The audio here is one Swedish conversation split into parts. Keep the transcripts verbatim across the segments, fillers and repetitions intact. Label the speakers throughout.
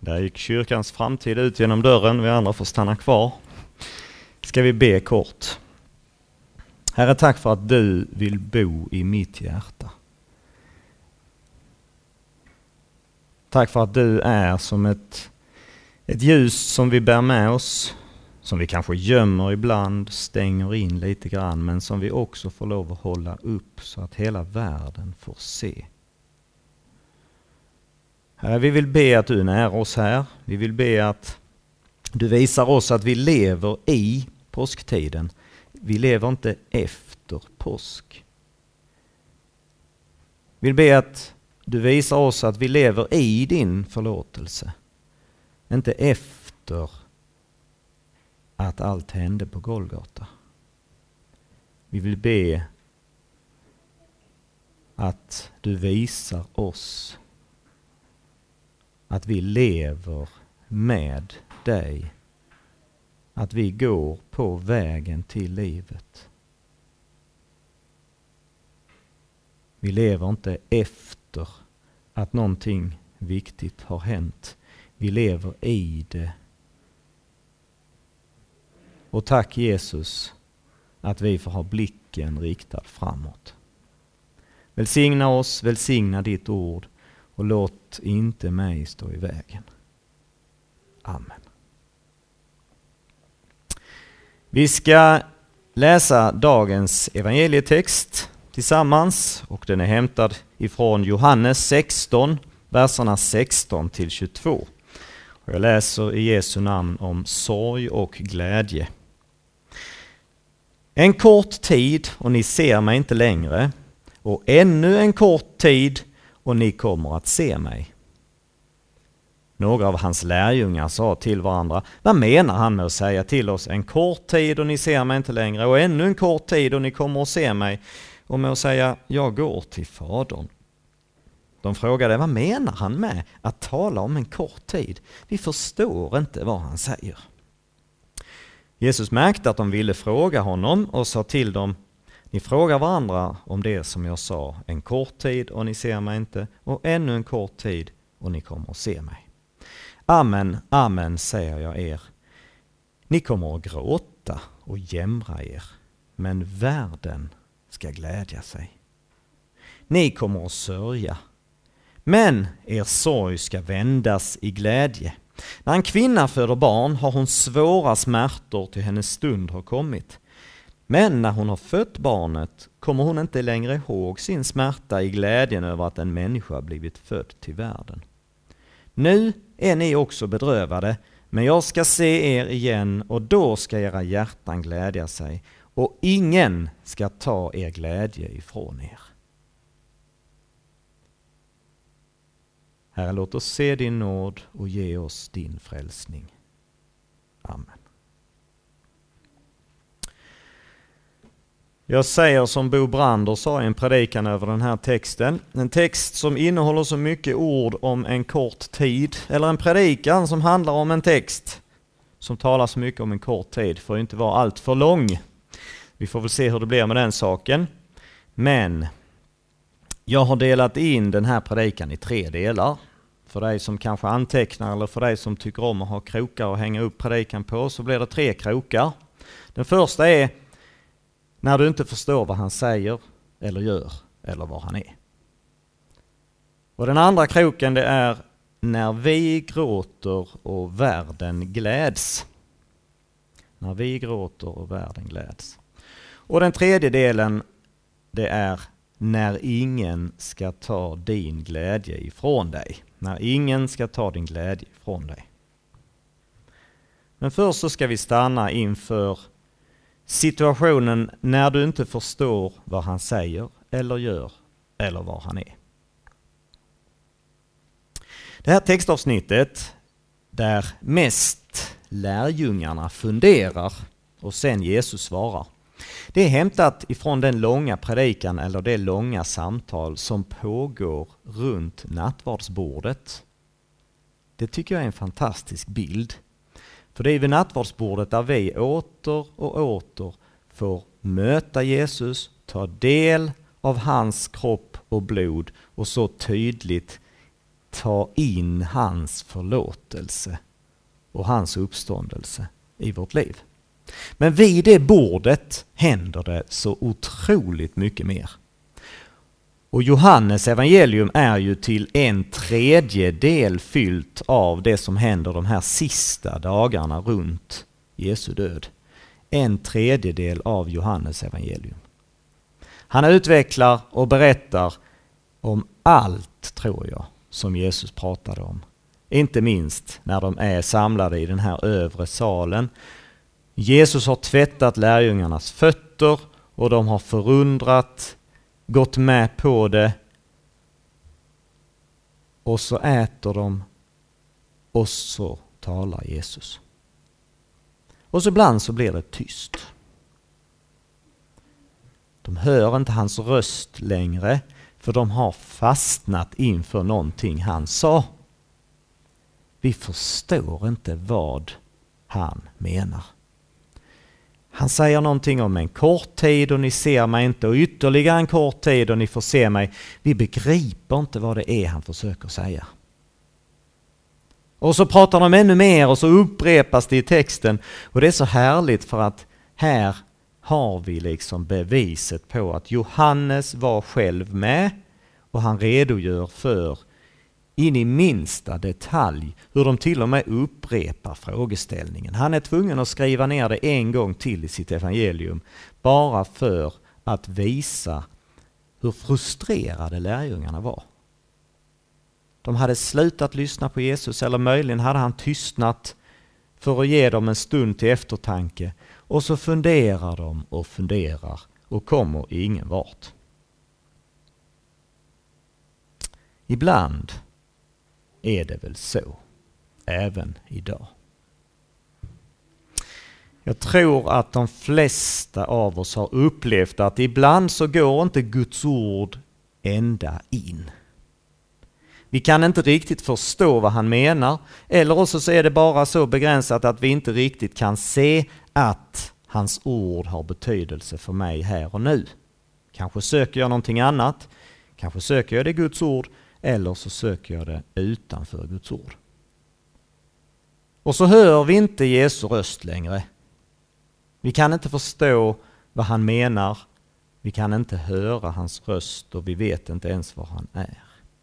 Speaker 1: Där gick kyrkans framtid ut genom dörren, vi andra får stanna kvar. Ska vi be kort. Herre, tack för att du vill bo i mitt hjärta. Tack för att du är som ett, ett ljus som vi bär med oss, som vi kanske gömmer ibland, stänger in lite grann, men som vi också får lov att hålla upp så att hela världen får se. Herre, vi vill be att du är nära oss här. Vi vill be att du visar oss att vi lever i påsktiden. Vi lever inte efter påsk. Vi vill be att du visar oss att vi lever i din förlåtelse. Inte efter att allt hände på Golgata. Vi vill be att du visar oss att vi lever med dig. Att vi går på vägen till livet. Vi lever inte efter att någonting viktigt har hänt. Vi lever i det. Och tack Jesus att vi får ha blicken riktad framåt. Välsigna oss, välsigna ditt ord och låt inte mig stå i vägen. Amen. Vi ska läsa dagens evangelietext tillsammans och den är hämtad ifrån Johannes sexton, verserna sexton till tjugotvå. Och jag läser i Jesu namn om sorg och glädje. En kort tid och ni ser mig inte längre, och ännu en kort tid och ni kommer att se mig. Några av hans lärjungar sa till varandra: vad menar han med att säga till oss en kort tid och ni ser mig inte längre, och ännu en kort tid och ni kommer att se mig, och med att säga jag går till Fadern? De frågade: vad menar han med att tala om en kort tid? Vi förstår inte vad han säger. Jesus märkte att de ville fråga honom och sa till dem: ni frågar varandra om det som jag sa, en kort tid och ni ser mig inte, och ännu en kort tid och ni kommer att se mig. Amen, amen säger jag er. Ni kommer att gråta och jämra er, men världen ska glädja sig. Ni kommer att sörja, men er sorg ska vändas i glädje. När en kvinna föder barn har hon svåra smärtor till hennes stund har kommit. Men när hon har fött barnet kommer hon inte längre ihåg sin smärta i glädjen över att en människa blivit född till världen. Nu är ni också bedrövade, men jag ska se er igen och då ska era hjärtan glädja sig och ingen ska ta er glädje ifrån er. Herre, låt oss se din nåd och ge oss din frälsning. Amen. Jag säger som Bo Brander sa i en predikan över den här texten. En text som innehåller så mycket ord om en kort tid. Eller en predikan som handlar om en text som talar så mycket om en kort tid. Får inte vara allt för lång. Vi får väl se hur det blir med den saken. Men jag har delat in den här predikan i tre delar. För dig som kanske antecknar eller för dig som tycker om att ha krokar att hänga upp predikan på, så blir det tre krokar. Den första är när du inte förstår vad han säger eller gör eller vad han är. Och den andra kroken, det är när vi gråter och världen gläds. När vi gråter och världen gläds. Och den tredje delen, det är när ingen ska ta din glädje ifrån dig. När ingen ska ta din glädje ifrån dig. Men först så ska vi stanna inför situationen när du inte förstår vad han säger eller gör eller vad han är. Det här textavsnittet där mest lärjungarna funderar och sen Jesus svarar. Det är hämtat ifrån den långa predikan eller det långa samtal som pågår runt nattvardsbordet. Det tycker jag är en fantastisk bild. För det är vid nattvardsbordet där vi åter och åter får möta Jesus, ta del av hans kropp och blod och så tydligt ta in hans förlåtelse och hans uppståndelse i vårt liv. Men vid det bordet händer det så otroligt mycket mer. Och Johannes evangelium är ju till en tredjedel fyllt av det som händer de här sista dagarna runt Jesu död. En tredjedel av Johannes evangelium. Han utvecklar och berättar om allt, tror jag, som Jesus pratade om. Inte minst när de är samlade i den här övre salen. Jesus har tvättat lärjungarnas fötter och de har förundrat, gått med på det. Och så äter de och så talar Jesus. Och så ibland så blir det tyst. De hör inte hans röst längre, för de har fastnat inför någonting han sa. Vi förstår inte vad han menar. Han säger någonting om en kort tid och ni ser mig inte, och ytterligare en kort tid och ni får se mig. Vi begriper inte vad det är han försöker säga. Och så pratar de ännu mer och så upprepas det i texten. Och det är så härligt, för att här har vi liksom beviset på att Johannes var själv med, och han redogör för in i minsta detalj hur de till och med upprepar frågeställningen. Han är tvungen att skriva ner det en gång till i sitt evangelium, bara för att visa hur frustrerade lärjungarna var. De hade slutat lyssna på Jesus, eller möjligen hade han tystnat för att ge dem en stund till eftertanke. Och så funderar de och funderar och kommer ingen vart. Ibland är det väl så, även idag. Jag tror att de flesta av oss har upplevt att ibland så går inte Guds ord ända in. Vi kan inte riktigt förstå vad han menar, eller också så är det bara så begränsat att vi inte riktigt kan se att hans ord har betydelse för mig här och nu. Kanske söker jag någonting annat, kanske söker jag det Guds ord, eller så söker jag det utanför Guds ord. Och så hör vi inte Jesu röst längre. Vi kan inte förstå vad han menar, vi kan inte höra hans röst och vi vet inte ens var han är.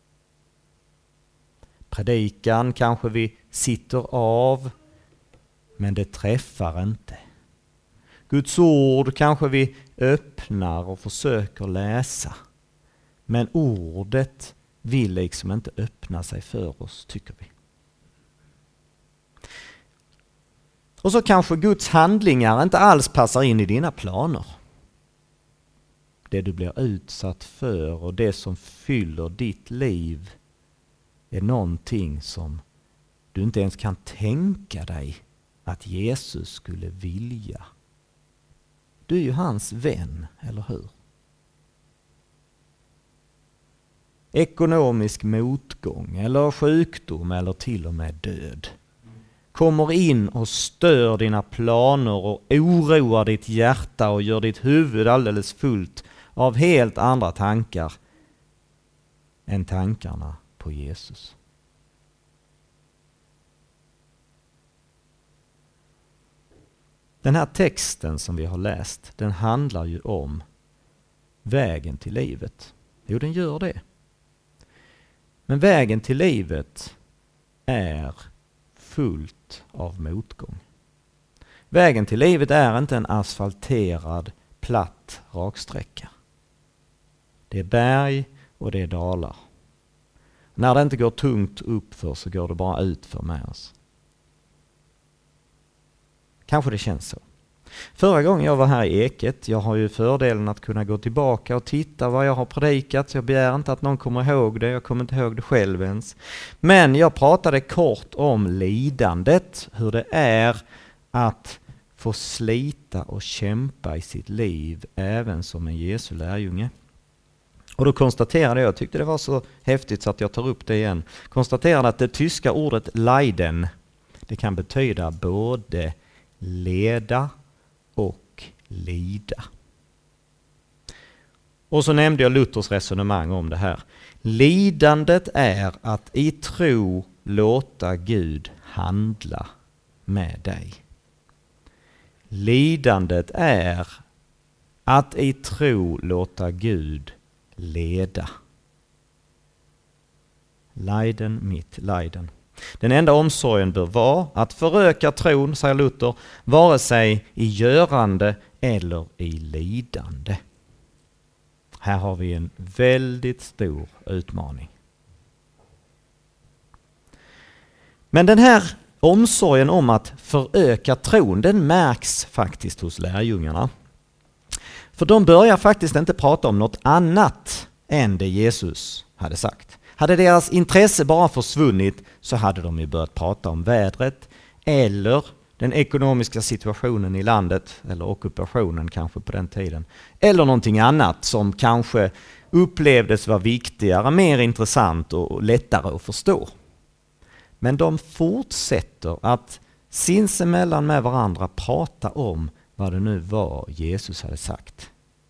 Speaker 1: Predikan kanske vi sitter av, men det träffar inte. Guds ord kanske vi öppnar och försöker läsa, men ordet vill liksom inte öppna sig för oss, tycker vi. Och så kanske Guds handlingar inte alls passar in i dina planer. Det du blir utsatt för och det som fyller ditt liv är någonting som du inte ens kan tänka dig att Jesus skulle vilja. Du är ju hans vän, eller hur? Ekonomisk motgång eller sjukdom eller till och med död kommer in och stör dina planer och oroar ditt hjärta och gör ditt huvud alldeles fullt av helt andra tankar än tankarna på Jesus. Den här texten som vi har läst, den handlar ju om vägen till livet. Jo, den gör det. Men vägen till livet är fullt av motgång. Vägen till livet är inte en asfalterad, platt raksträcka. Det är berg och det är dalar. När det inte går tungt uppför så går det bara utför med oss. Kanske det känns så. Förra gången jag var här i Eket, jag har ju fördelen att kunna gå tillbaka och titta vad jag har predikat. Så jag begär inte att någon kommer ihåg det, jag kommer inte ihåg det själv ens. Men jag pratade kort om lidandet, hur det är att få slita och kämpa i sitt liv även som en Jesu lärjunge. Och då konstaterade jag, jag tyckte det var så häftigt så att jag tar upp det igen. Konstaterade att det tyska ordet leiden, det kan betyda både leda och lida. Och så nämnde jag Luthers resonemang om det här. Lidandet är att i tro låta Gud handla med dig. Lidandet är att i tro låta Gud leda. Leiden mitt leiden. Den enda omsorgen bör vara att föröka tron, säger Luther, vare sig i görande eller i lidande. Här har vi en väldigt stor utmaning. Men den här omsorgen om att föröka tron, den märks faktiskt hos lärjungarna. För de börjar faktiskt inte prata om något annat än det Jesus hade sagt. Hade deras intresse bara försvunnit så hade de ju börjat prata om vädret eller den ekonomiska situationen i landet, eller ockupationen kanske på den tiden, eller någonting annat som kanske upplevdes vara viktigare, mer intressant och lättare att förstå. Men de fortsätter att sinsemellan med varandra prata om vad det nu var Jesus hade sagt.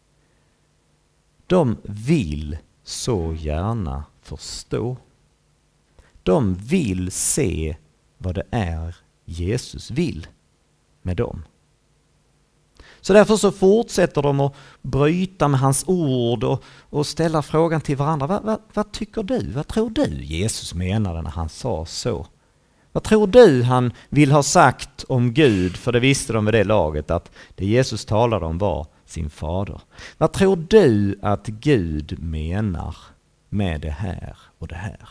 Speaker 1: De vill så gärna förstå. De vill se vad det är Jesus vill med dem. Så därför så fortsätter de att bryta med hans ord och, och ställa frågan till varandra. Vad, vad, vad tycker du? Vad tror du Jesus menade när han sa så? Vad tror du han vill ha sagt om Gud? För det visste de vid det laget att det Jesus talade om var sin fader. Vad tror du att Gud menar med det här och det här?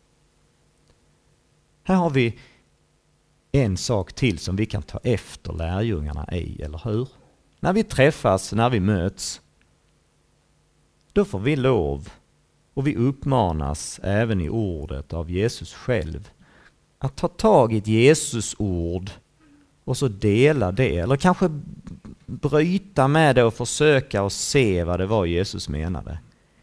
Speaker 1: Här har vi en sak till som vi kan ta efter lärjungarna i, eller hur? När vi träffas, när vi möts, då får vi lov och vi uppmanas även i ordet av Jesus själv att ta tag i ett Jesus ord och så dela det, eller kanske bryta med det och försöka och se vad det var Jesus menade.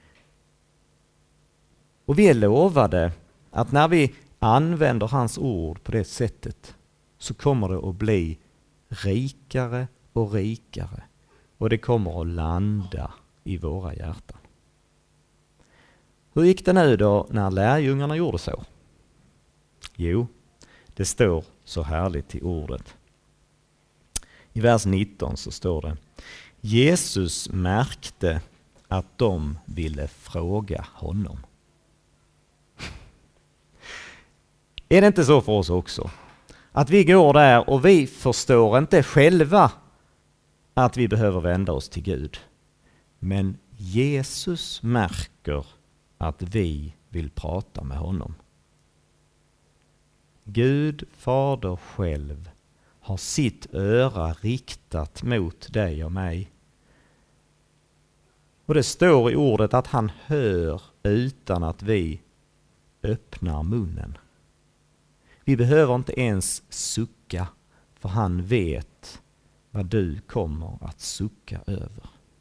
Speaker 1: Och vi är lovade att när vi använder hans ord på det sättet så kommer det att bli rikare och rikare. Och det kommer att landa i våra hjärtan. Hur gick det nu då när lärjungarna gjorde så? Jo, det står så härligt i ordet. I vers nitton så står det: Jesus märkte att de ville fråga honom. Är det inte så för oss också? Att vi går där och vi förstår inte själva att vi behöver vända oss till Gud. Men Jesus märker att vi vill prata med honom. Gud, Fader själv, har sitt öra riktat mot dig och mig. Och det står i ordet att han hör utan att vi öppnar munnen. Vi behöver inte ens sucka, för han vet vad du kommer att sucka över.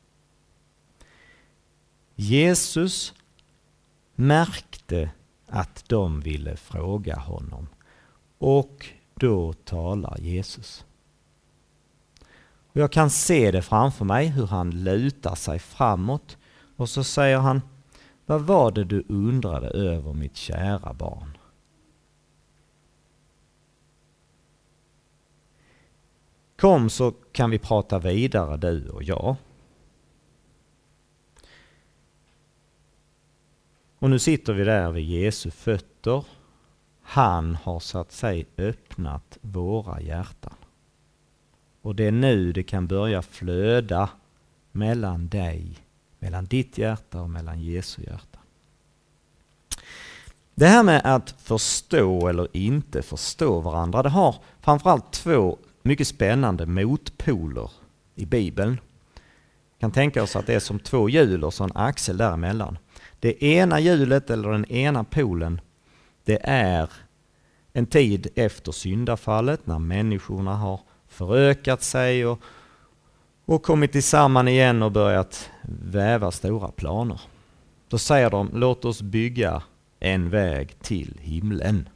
Speaker 1: Jesus märkte att de ville fråga honom. Och då talar Jesus. Och jag kan se det framför mig hur han lutar sig framåt. Och så säger han: vad var det du undrade över, mitt kära barn? Kom så kan vi prata vidare du och jag. Och nu sitter vi där vid Jesu fötter. Han har så att säga öppnat våra hjärtan. Och det är nu det kan börja flöda mellan dig, mellan ditt hjärta och mellan Jesu hjärta. Det här med att förstå eller inte förstå varandra, det har framförallt två mycket spännande motpoler i Bibeln. Kan tänka oss att det är som två hjul och så en axel däremellan. Det ena hjulet eller den ena polen, det är en tid efter syndafallet när människorna har förökat sig och, och kommit tillsammans igen och börjat väva stora planer. Då säger de: låt oss bygga en väg till himlen.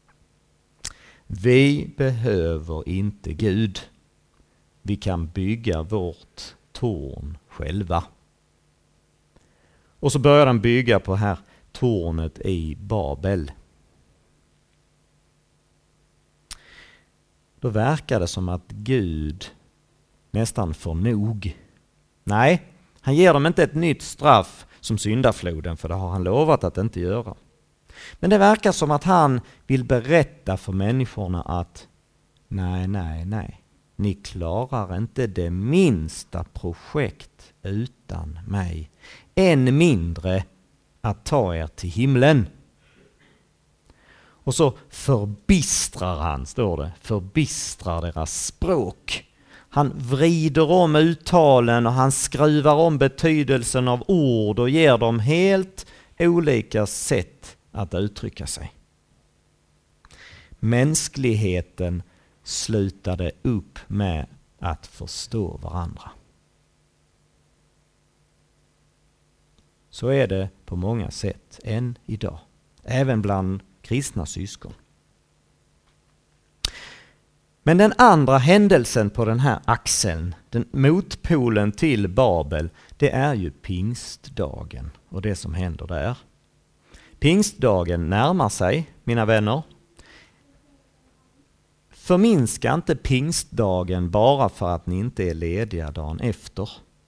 Speaker 1: Vi behöver inte Gud. Vi kan bygga vårt torn själva. Och så börjar den bygga på här tornet i Babel. Då verkar det som att Gud nästan får nog. Nej, han ger dem inte ett nytt straff som syndafloden, för det har han lovat att inte göra. Men det verkar som att han vill berätta för människorna att nej, nej, nej. Ni klarar inte det minsta projekt utan mig. Än mindre att ta er till himlen. Och så förbistrar han, står det, förbistrar deras språk. Han vrider om uttalen och han skruvar om betydelsen av ord och ger dem helt olika sätt att uttrycka sig. Mänskligheten slutade upp med att förstå varandra. Så är det på många sätt än idag, även bland kristna syskon. Men den andra händelsen på den här axeln, den motpolen till Babel, det är ju pingstdagen och det som händer där. Pingstdagen närmar sig, mina vänner. Förminska inte pingstdagen bara för att ni inte är lediga dagen efter.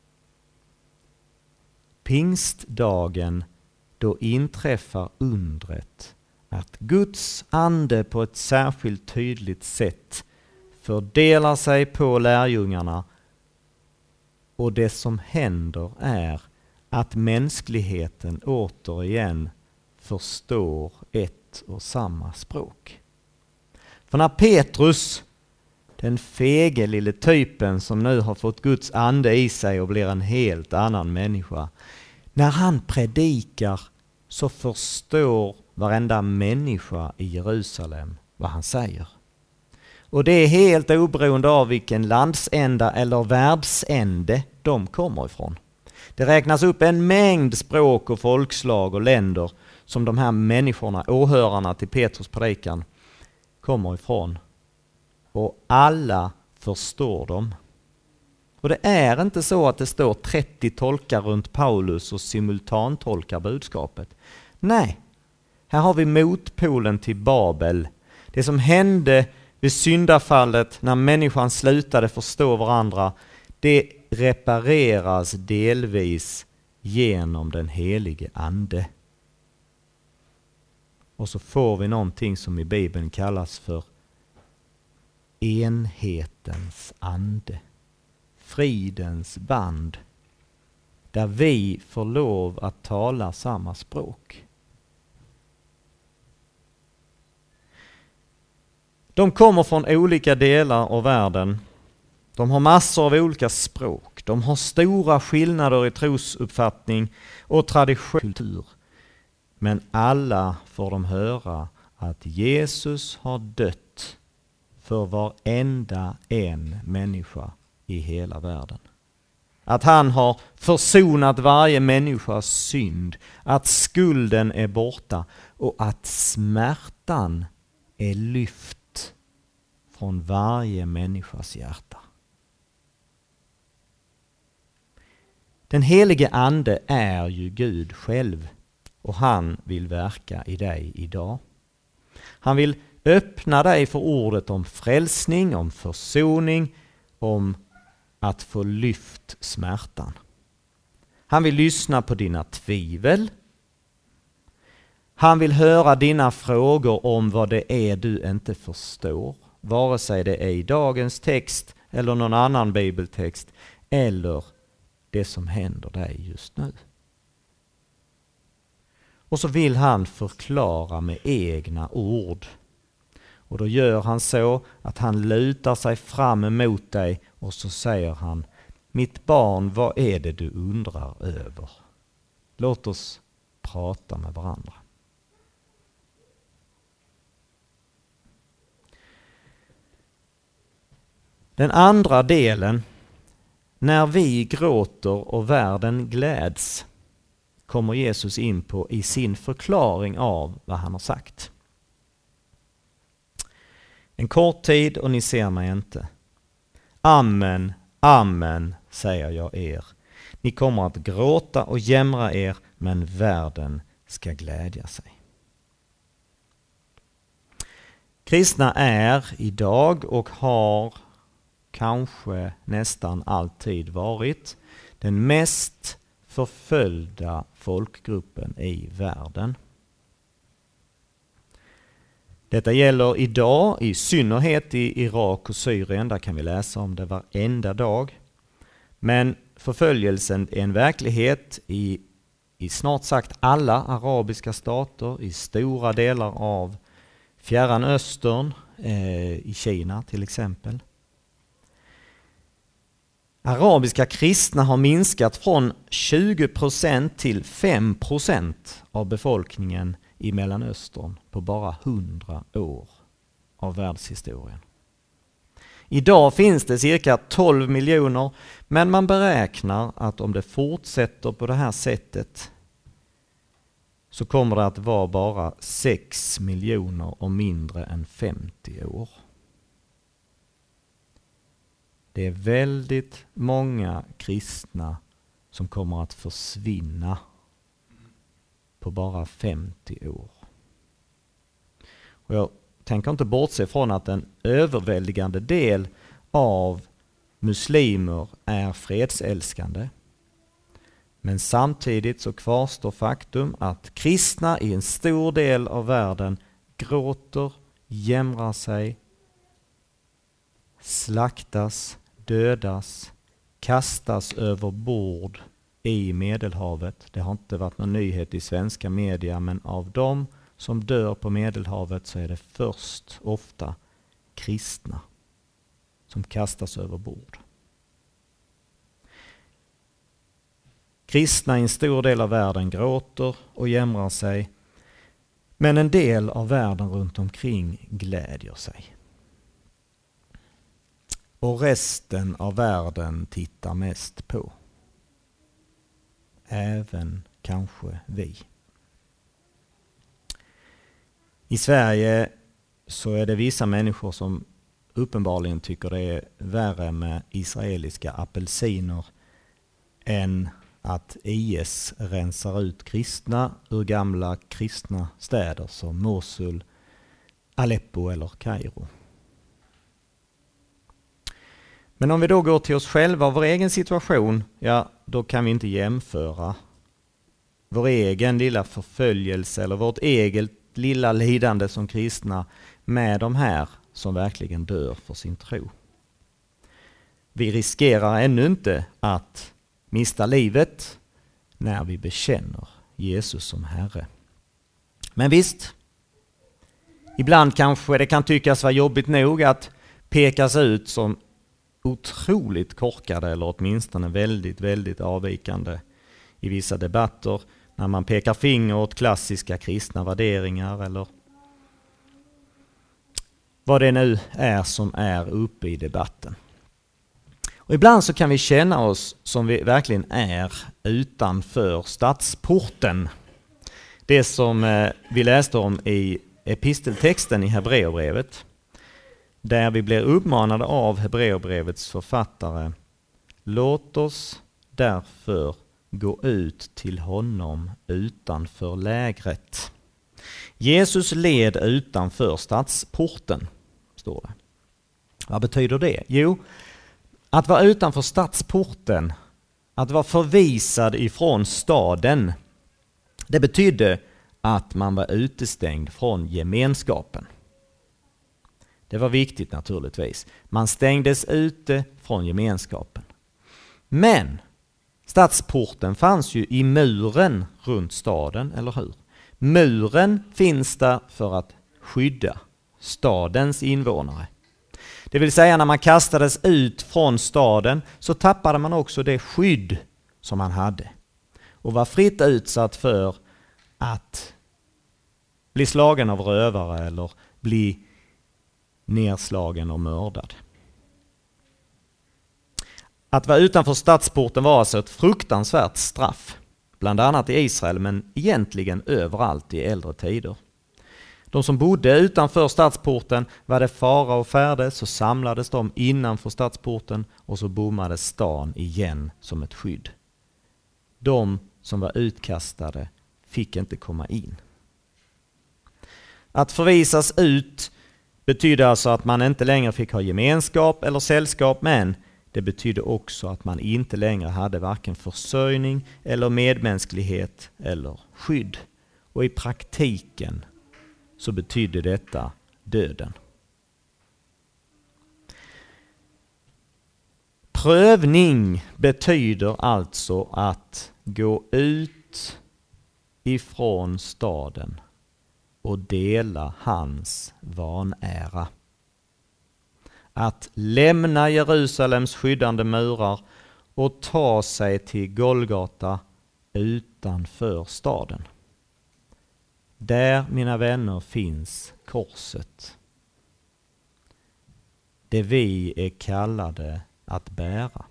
Speaker 1: Pingstdagen, då inträffar undret att Guds ande på ett särskilt tydligt sätt fördelar sig på lärjungarna, och det som händer är att mänskligheten återigen förstår ett och samma språk. För när Petrus, den fege lille typen som nu har fått Guds ande i sig och blir en helt annan människa, när han predikar så förstår varenda människa i Jerusalem vad han säger. Och det är helt oberoende av vilken landsända eller världsände de kommer ifrån. Det räknas upp en mängd språk och folkslag och länder som de här människorna, åhörarna till Petrus predikan, kommer ifrån. Och alla förstår dem. Och det är inte så att det står trettio tolkar runt Paulus och simultantolkar budskapet. Nej, här har vi motpolen till Babel. Det som hände vid syndafallet när människan slutade förstå varandra, det repareras delvis genom den helige ande. Och så får vi någonting som i Bibeln kallas för enhetens ande. Fridens band. Där vi får lov att tala samma språk. De kommer från olika delar av världen. De har massor av olika språk. De har stora skillnader i trosuppfattning och tradition och kultur. Men alla får de höra att Jesus har dött för varenda en människa i hela världen. Att han har försonat varje människas synd. Att skulden är borta och att smärtan är lyft från varje människas hjärta. Den helige ande är ju Gud själv och han vill verka i dig idag. Han vill öppna dig för ordet om frälsning, om försoning, om att få lyft smärtan. Han vill lyssna på dina tvivel. Han vill höra dina frågor om vad det är du inte förstår. Vare sig det är i dagens text eller någon annan bibeltext eller det som händer dig just nu. Och så vill han förklara med egna ord. Och då gör han så att han lutar sig fram emot dig och så säger han: mitt barn, vad är det du undrar över? Låt oss prata med varandra. Den andra delen, när vi gråter och världen gläds, kommer Jesus in på i sin förklaring av vad han har sagt. En kort tid och ni ser mig inte. Amen, amen, säger jag er. Ni kommer att gråta och jämra er, men världen ska glädja sig. Kristna är idag och har kanske nästan alltid varit den mest förföljda folkgruppen i världen. Detta gäller idag i synnerhet i Irak och Syrien, där kan vi läsa om det varenda dag. Men förföljelsen är en verklighet i, i snart sagt alla arabiska stater, i stora delar av Fjärran Östern, eh, i Kina till exempel. Arabiska kristna har minskat från tjugo procent till fem procent av befolkningen i Mellanöstern på bara hundra år av världshistorien. Idag finns det cirka tolv miljoner, men man beräknar att om det fortsätter på det här sättet så kommer det att vara bara sex miljoner om mindre än femtio år. Det är väldigt många kristna som kommer att försvinna på bara femtio år. Och jag tänker inte bortse från att en överväldigande del av muslimer är fredsälskande. Men samtidigt så kvarstår faktum att kristna i en stor del av världen gråter, jämrar sig, slaktas, dödas, kastas över bord i Medelhavet. Det har inte varit någon nyhet i svenska media, men av dem som dör på Medelhavet så är det först ofta kristna som kastas över bord. Kristna i en stor del av världen gråter och jämrar sig, men en del av världen runt omkring glädjer sig. Och resten av världen tittar mest på. Även kanske vi. I Sverige så är det vissa människor som uppenbarligen tycker det är värre med israeliska apelsiner än att I S rensar ut kristna ur gamla kristna städer som Mosul, Aleppo eller Kairo. Men om vi då går till oss själva och vår egen situation, ja, då kan vi inte jämföra vår egen lilla förföljelse eller vårt eget lilla lidande som kristna med de här som verkligen dör för sin tro. Vi riskerar ännu inte att mista livet när vi bekänner Jesus som Herre. Men visst, ibland kanske det kan tyckas vara jobbigt nog att pekas ut som otroligt korkade eller åtminstone väldigt, väldigt avvikande i vissa debatter när man pekar finger åt klassiska kristna värderingar eller vad det nu är som är uppe i debatten. Och ibland så kan vi känna oss som vi verkligen är utanför stadsporten. Det som vi läste om i episteltexten i Hebreerbrevet, där vi blir uppmanade av Hebreerbrevets författare: låt oss därför gå ut till honom utanför lägret. Jesus led utanför stadsporten, står det. Vad betyder det? Jo, att vara utanför stadsporten, att vara förvisad ifrån staden, det betydde att man var utestängd från gemenskapen. Det var viktigt naturligtvis. Man stängdes ute från gemenskapen. Men stadsporten fanns ju i muren runt staden, eller hur? Muren finns där för att skydda stadens invånare. Det vill säga, när man kastades ut från staden så tappade man också det skydd som man hade. Och var fritt utsatt för att bli slagen av rövare eller bli nedslagen och mördad. Att vara utanför stadsporten var alltså ett fruktansvärt straff. Bland annat i Israel, men egentligen överallt i äldre tider. De som bodde utanför stadsporten, var det fara och färde, så samlades de innanför stadsporten och så bommades stan igen som ett skydd De som var utkastade fick inte komma in. Att förvisas ut betyder alltså att man inte längre fick ha gemenskap eller sällskap, men det betyder också att man inte längre hade varken försörjning eller medmänsklighet eller skydd. Och i praktiken så betyder detta döden. Prövning betyder alltså att gå ut ifrån staden och dela hans vanära. Att lämna Jerusalems skyddande murar och ta sig till Golgata utanför staden. Där, mina vänner, finns korset. Det vi är kallade att bära.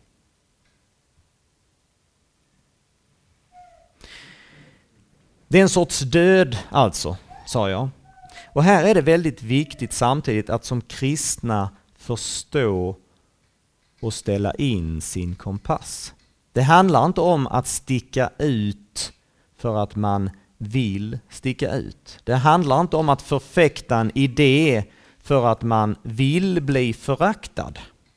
Speaker 1: Det är en sorts död alltså, sa jag. Och här är det väldigt viktigt samtidigt att som kristna förstå och ställa in sin kompass. Det handlar inte om att sticka ut för att man vill sticka ut. Det handlar inte om att förfäkta en idé för att man vill bli föraktad.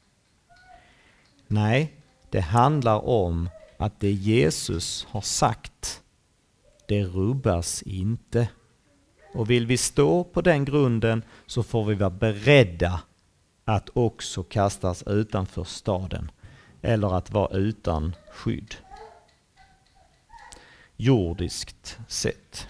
Speaker 1: Nej, det handlar om att det Jesus har sagt, det rubbas inte. Och vill vi stå på den grunden så får vi vara beredda att också kastas utanför staden eller att vara utan skydd. Jordiskt sett.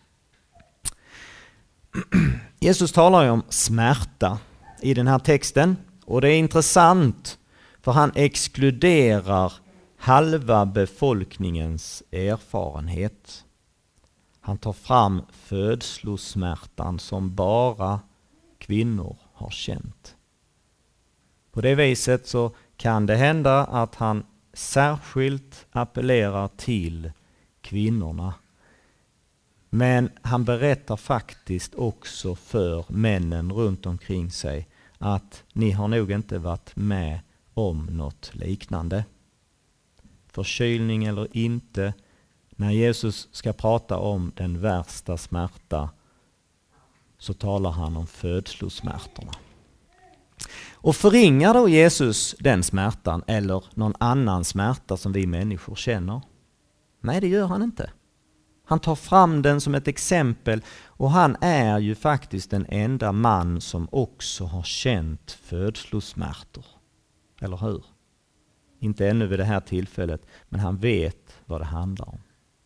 Speaker 1: Jesus talar ju om smärta i den här texten, och det är intressant för han exkluderar halva befolkningens erfarenhet. Han tar fram födslosmärtan som bara kvinnor har känt. På det viset så kan det hända att han särskilt appellerar till kvinnorna. Men han berättar faktiskt också för männen runt omkring sig att ni har nog inte varit med om något liknande. Förkylning eller inte, när Jesus ska prata om den värsta smärta så talar han om födslosmärtorna. Och förringar då Jesus den smärtan eller någon annan smärta som vi människor känner? Nej, det gör han inte. Han tar fram den som ett exempel, och han är ju faktiskt den enda man som också har känt födslosmärtor. Eller hur? Inte ännu vid det här tillfället, men han vet vad det handlar om.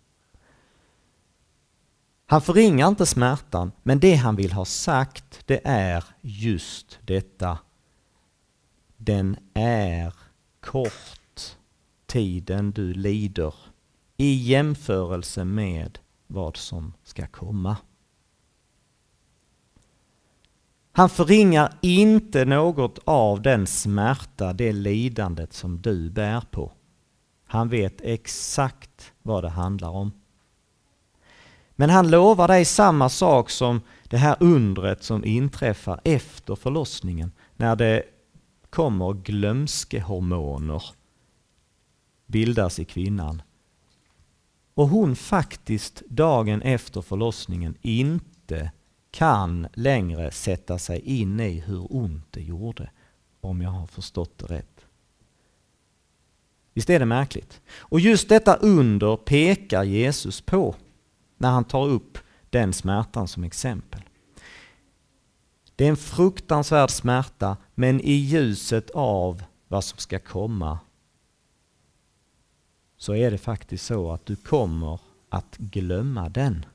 Speaker 1: Han förringar inte smärtan, men det han vill ha sagt, det är just detta. Den är kort, tiden du lider, i jämförelse med vad som ska komma. Han förringar inte något av den smärta, det lidandet som du bär på. Han vet exakt vad det handlar om. Men han lovar dig samma sak som det här undret som inträffar efter förlossningen, när det kommer glömskehormoner bildas i kvinnan. Och hon faktiskt dagen efter förlossningen inte kan längre sätta sig in i hur ont det gjorde, om jag har förstått det rätt. Visst är det märkligt? Och just detta under pekar Jesus på när han tar upp den smärtan som exempel. Det är en fruktansvärd smärta, men i ljuset av vad som ska komma så är det faktiskt så att du kommer att glömma den.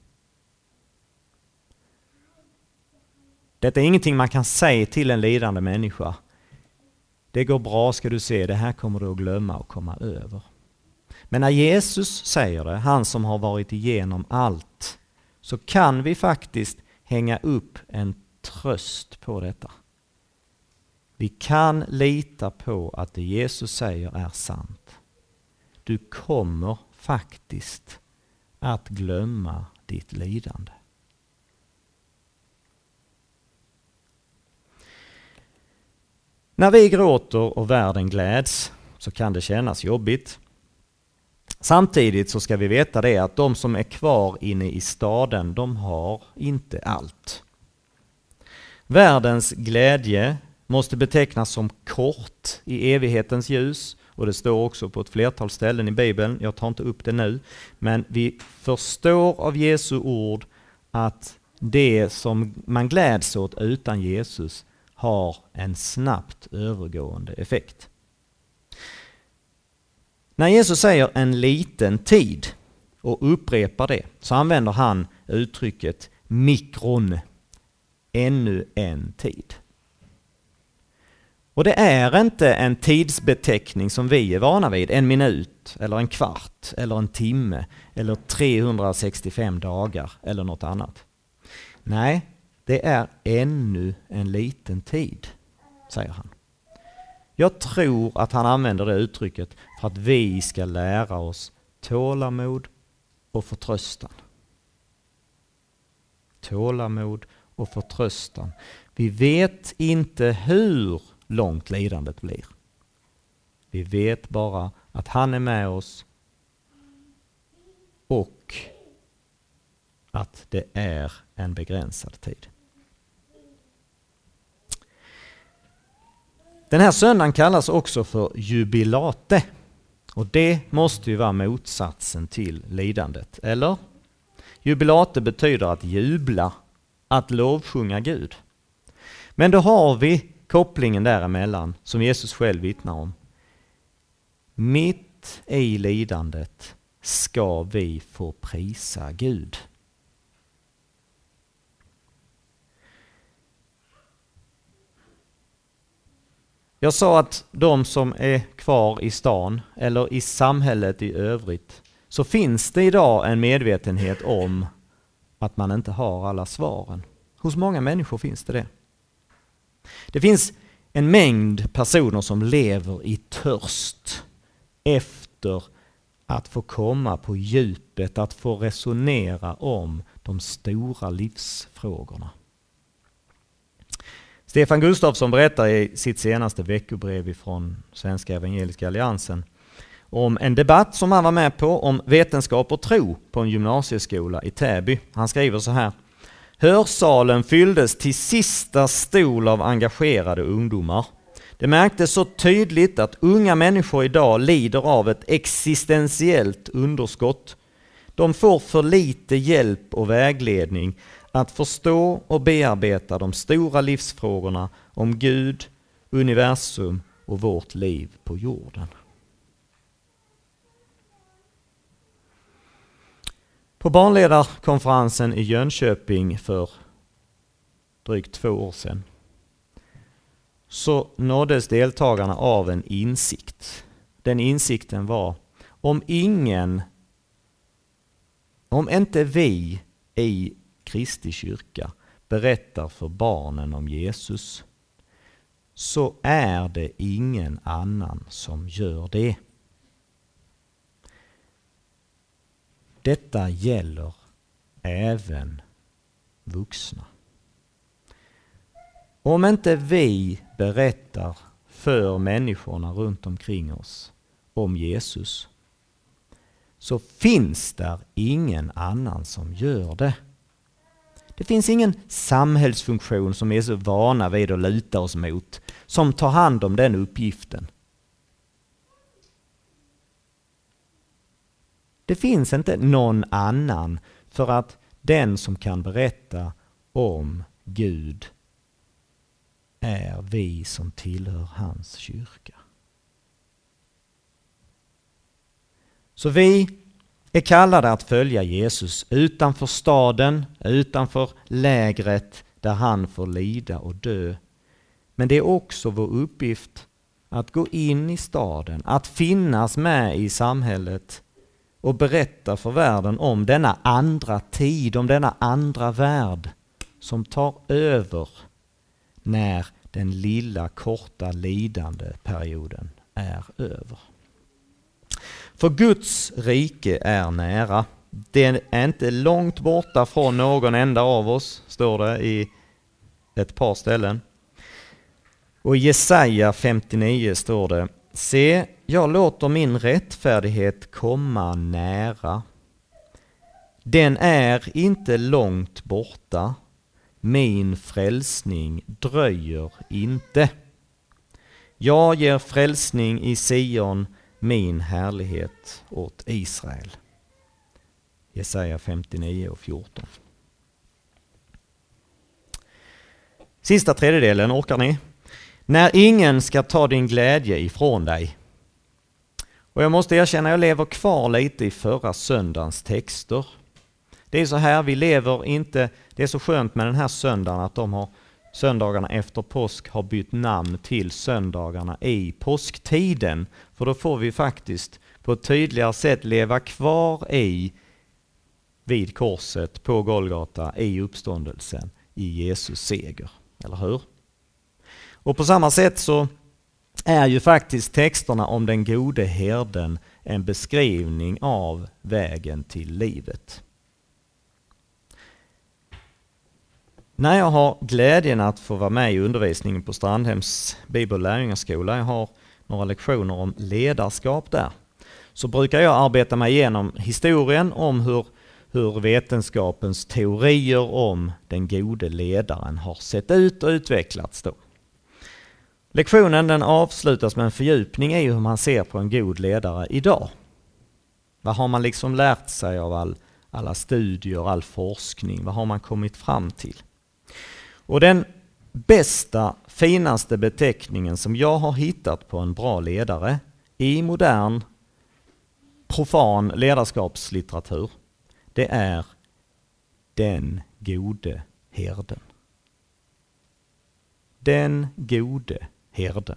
Speaker 1: Detta är ingenting man kan säga till en lidande människa. Det går bra, ska du se, det här kommer du att glömma och komma över. Men när Jesus säger det, han som har varit igenom allt, så kan vi faktiskt hänga upp en tröst på detta. Vi kan lita på att det Jesus säger är sant. Du kommer faktiskt att glömma ditt lidande. När vi gråter och världen gläds så kan det kännas jobbigt. Samtidigt så ska vi veta det att de som är kvar inne i staden, de har inte allt. Världens glädje måste betecknas som kort i evighetens ljus, och det står också på ett flertal ställen i Bibeln. Jag tar inte upp det nu, men vi förstår av Jesu ord att det som man gläds åt utan Jesus har en snabbt övergående effekt. När Jesus säger en liten tid och upprepar det, så använder han uttrycket mikron, ännu en tid. Och det är inte en tidsbeteckning som vi är vana vid, en minut eller en kvart eller en timme eller trehundrasextiofem dagar eller något annat. Nej, det är ännu en liten tid, säger han. Jag tror att han använder det uttrycket för att vi ska lära oss tålamod och förtröstan. Tålamod och förtröstan. Vi vet inte hur långt lidandet blir. Vi vet bara att han är med oss och att det är en begränsad tid. Den här söndagen kallas också för jubilate, och det måste ju vara motsatsen till lidandet, eller? Jubilate betyder att jubla, att lovsjunga Gud. Men då har vi kopplingen däremellan som Jesus själv vittnar om. Mitt i lidandet ska vi få prisa Gud. Jag sa att de som är kvar i stan eller i samhället i övrigt, så finns det idag en medvetenhet om att man inte har alla svaren. Hos många människor finns det det. Det finns en mängd personer som lever i törst efter att få komma på djupet, att få resonera om de stora livsfrågorna. Stefan Gustafsson berättar i sitt senaste veckobrev från Svenska Evangeliska Alliansen om en debatt som han var med på om vetenskap och tro på en gymnasieskola i Täby. Han skriver så här: Hörsalen fylldes till sista stol av engagerade ungdomar. Det märktes så tydligt att unga människor idag lider av ett existentiellt underskott. De får för lite hjälp och vägledning att förstå och bearbeta de stora livsfrågorna om Gud, universum och vårt liv på jorden. På barnledarkonferensen i Jönköping för drygt två år sedan så nåddes deltagarna av en insikt. Den insikten var: om ingen, om inte vi i Kristi kyrka berättar för barnen om Jesus, så är det ingen annan som gör det. Detta gäller även vuxna. Om inte vi berättar för människorna runt omkring oss om Jesus, så finns där ingen annan som gör det. Det finns ingen samhällsfunktion som är så vana vid att luta oss mot som tar hand om den uppgiften. Det finns inte någon annan, för att den som kan berätta om Gud är vi som tillhör hans kyrka. Så vi är kallade att följa Jesus utanför staden, utanför lägret där han får lida och dö. Men det är också vår uppgift att gå in i staden, att finnas med i samhället och berätta för världen om denna andra tid, om denna andra värld som tar över när den lilla korta lidande perioden är över. För Guds rike är nära. Det är inte långt borta från någon enda av oss, står det i ett par ställen. Och i Jesaja femtionio står det: se, jag låter min rättfärdighet komma nära. Den är inte långt borta. Min frälsning dröjer inte. Jag ger frälsning i Sion, min härlighet åt Israel. Jesaja femtionio och fjorton. Sista tredjedelen, orkar ni? När ingen ska ta din glädje ifrån dig. Och jag måste erkänna, jag lever kvar lite i förra söndagens texter. Det är så här, vi lever inte, det är så skönt med den här söndagen att de har, söndagarna efter påsk har bytt namn till söndagarna i påsktiden. För då får vi faktiskt på ett tydligare sätt leva kvar i, vid korset på Golgata, i uppståndelsen, i Jesus seger. Eller hur? Och på samma sätt så är ju faktiskt texterna om den gode herden en beskrivning av vägen till livet. När jag har glädjen att få vara med i undervisningen på Strandhems bibel- och lärjungaskola, jag har några lektioner om ledarskap där, så brukar jag arbeta mig igenom historien om hur, hur vetenskapens teorier om den gode ledaren har sett ut och utvecklats då. Lektionen den avslutas med en fördjupning i hur man ser på en god ledare idag. Vad har man liksom lärt sig av all, alla studier, all forskning? Vad har man kommit fram till? Och den bästa, finaste beteckningen som jag har hittat på en bra ledare i modern, profan ledarskapslitteratur, det är den gode herden. Den gode herden.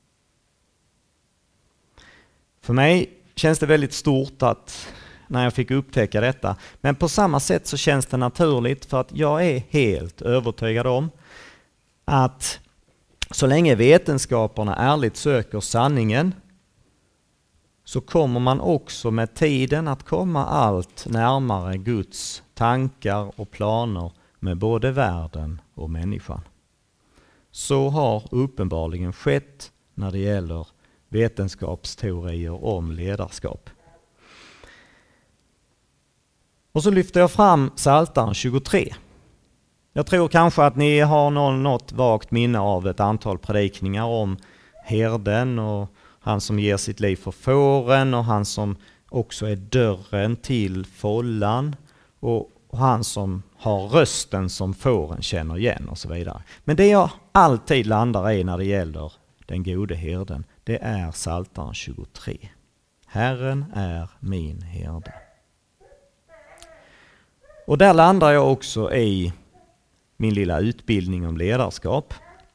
Speaker 1: För mig känns det väldigt stort att när jag fick upptäcka detta. Men på samma sätt så känns det naturligt, för att jag är helt övertygad om att så länge vetenskaperna ärligt söker sanningen, så kommer man också med tiden att komma allt närmare Guds tankar och planer med både världen och människan. Så har uppenbarligen skett när det gäller vetenskapsteorier om ledarskap. Och så lyfter jag fram Psaltaren tjugotre. Jag tror kanske att ni har någon, något vagt minne av ett antal predikningar om herden och han som ger sitt liv för fåren och han som också är dörren till follan och han som har rösten som fåren känner igen och så vidare. Men det jag alltid landar i när det gäller den gode herden, det är Psaltaren tjugotre. Herren är min herde. Och där landar jag också i min lilla utbildning om ledarskap.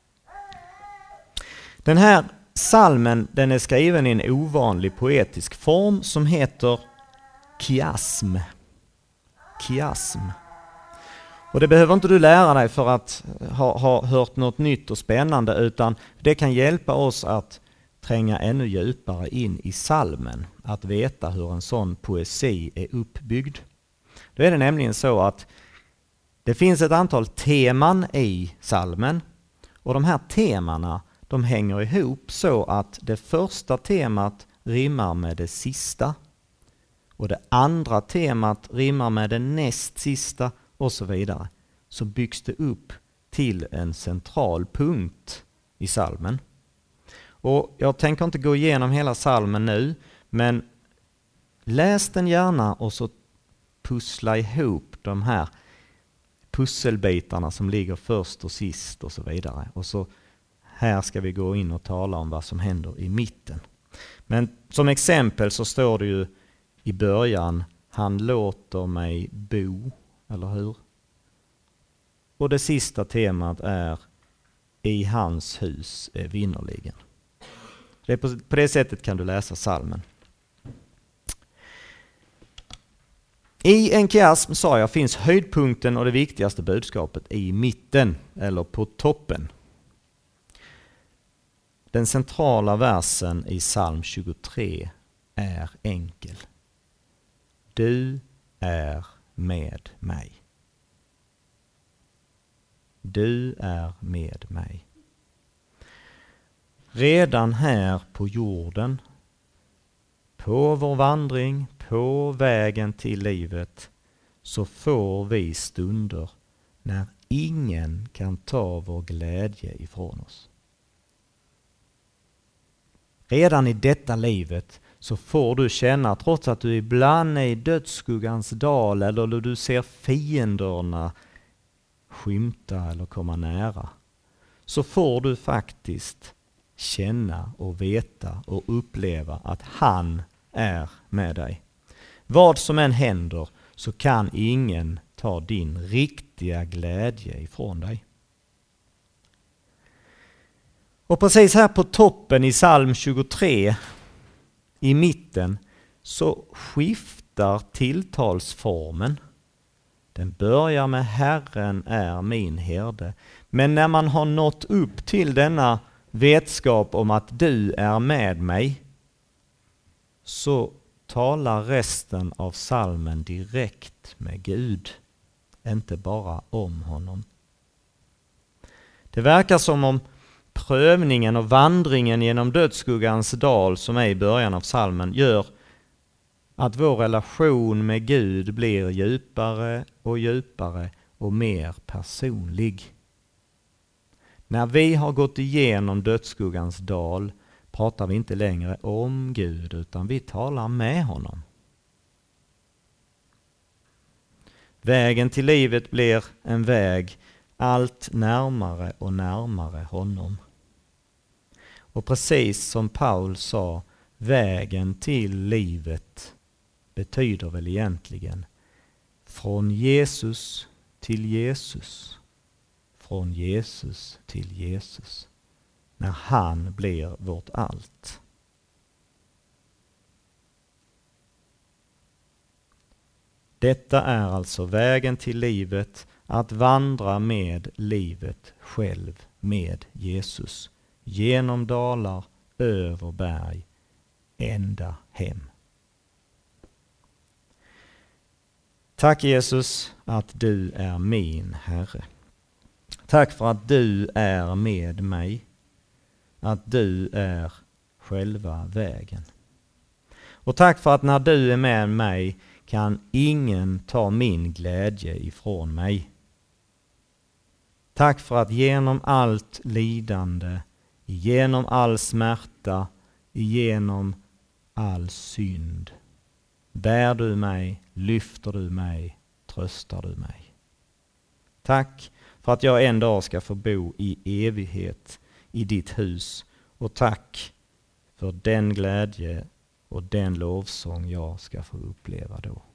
Speaker 1: Den här psalmen, den är skriven i en ovanlig poetisk form som heter kiasm. Kiasm. Och det behöver inte du lära dig för att ha, ha hört något nytt och spännande, utan det kan hjälpa oss att tränga ännu djupare in i psalmen, att veta hur en sån poesi är uppbyggd. Då är det nämligen så att det finns ett antal teman i psalmen, och de här temana de hänger ihop så att det första temat rimmar med det sista och det andra temat rimmar med det näst sista och så vidare. Så byggs det upp till en central punkt i psalmen. Och jag tänker inte gå igenom hela psalmen nu, men läs den gärna och så pussla ihop de här pusselbitarna som ligger först och sist och så vidare. Och så här ska vi gå in och tala om vad som händer i mitten. Men som exempel så står det ju i början, han låter mig bo, eller hur? Och det sista temat är, i hans hus är vinnerligen. Det är på, på det sättet kan du läsa psalmen. I en kiasm, sa jag, finns höjdpunkten och det viktigaste budskapet i mitten, eller på toppen. Den centrala versen i psalm tjugotre är enkel. Du är med mig. Du är med mig. redan här på jorden, på vår vandring, på vägen till livet, så får vi stunder när ingen kan ta vår glädje ifrån oss. Redan i detta livet så får du känna, trots att du ibland är i dödsskuggans dal eller du ser fienderna skymta eller komma nära, så får du faktiskt känna och veta och uppleva att han är med dig. Vad som än händer så kan ingen ta din riktiga glädje ifrån dig. Och precis här på toppen i psalm tjugotre, i mitten, så skiftar tilltalsformen. Den börjar med Herren är min herde. Men när man har nått upp till denna vetskap om att du är med mig, så talar resten av psalmen direkt med Gud, inte bara om honom. Det verkar som om prövningen och vandringen genom dödsskuggans dal som är i början av psalmen gör att vår relation med Gud blir djupare och djupare och mer personlig. När vi har gått igenom dödsskuggans dal pratar vi inte längre om Gud utan vi talar med honom. Vägen till livet blir en väg allt närmare och närmare honom. Och precis som Paul sa, vägen till livet betyder väl egentligen från Jesus till Jesus. Från Jesus till Jesus. När han blir vårt allt. Detta är alltså vägen till livet, att vandra med livet själv, med Jesus. Genom dalar, över berg, ända hem. Tack Jesus att du är min Herre. Tack för att du är med mig. Att du är själva vägen. Och tack för att när du är med mig kan ingen ta min glädje ifrån mig. Tack för att genom allt lidande, genom all smärta, genom all synd bär du mig, lyfter du mig, tröstar du mig. Tack för att jag en dag ska få bo i evighet i ditt hus. Och tack för den glädje och den lovsång jag ska få uppleva då.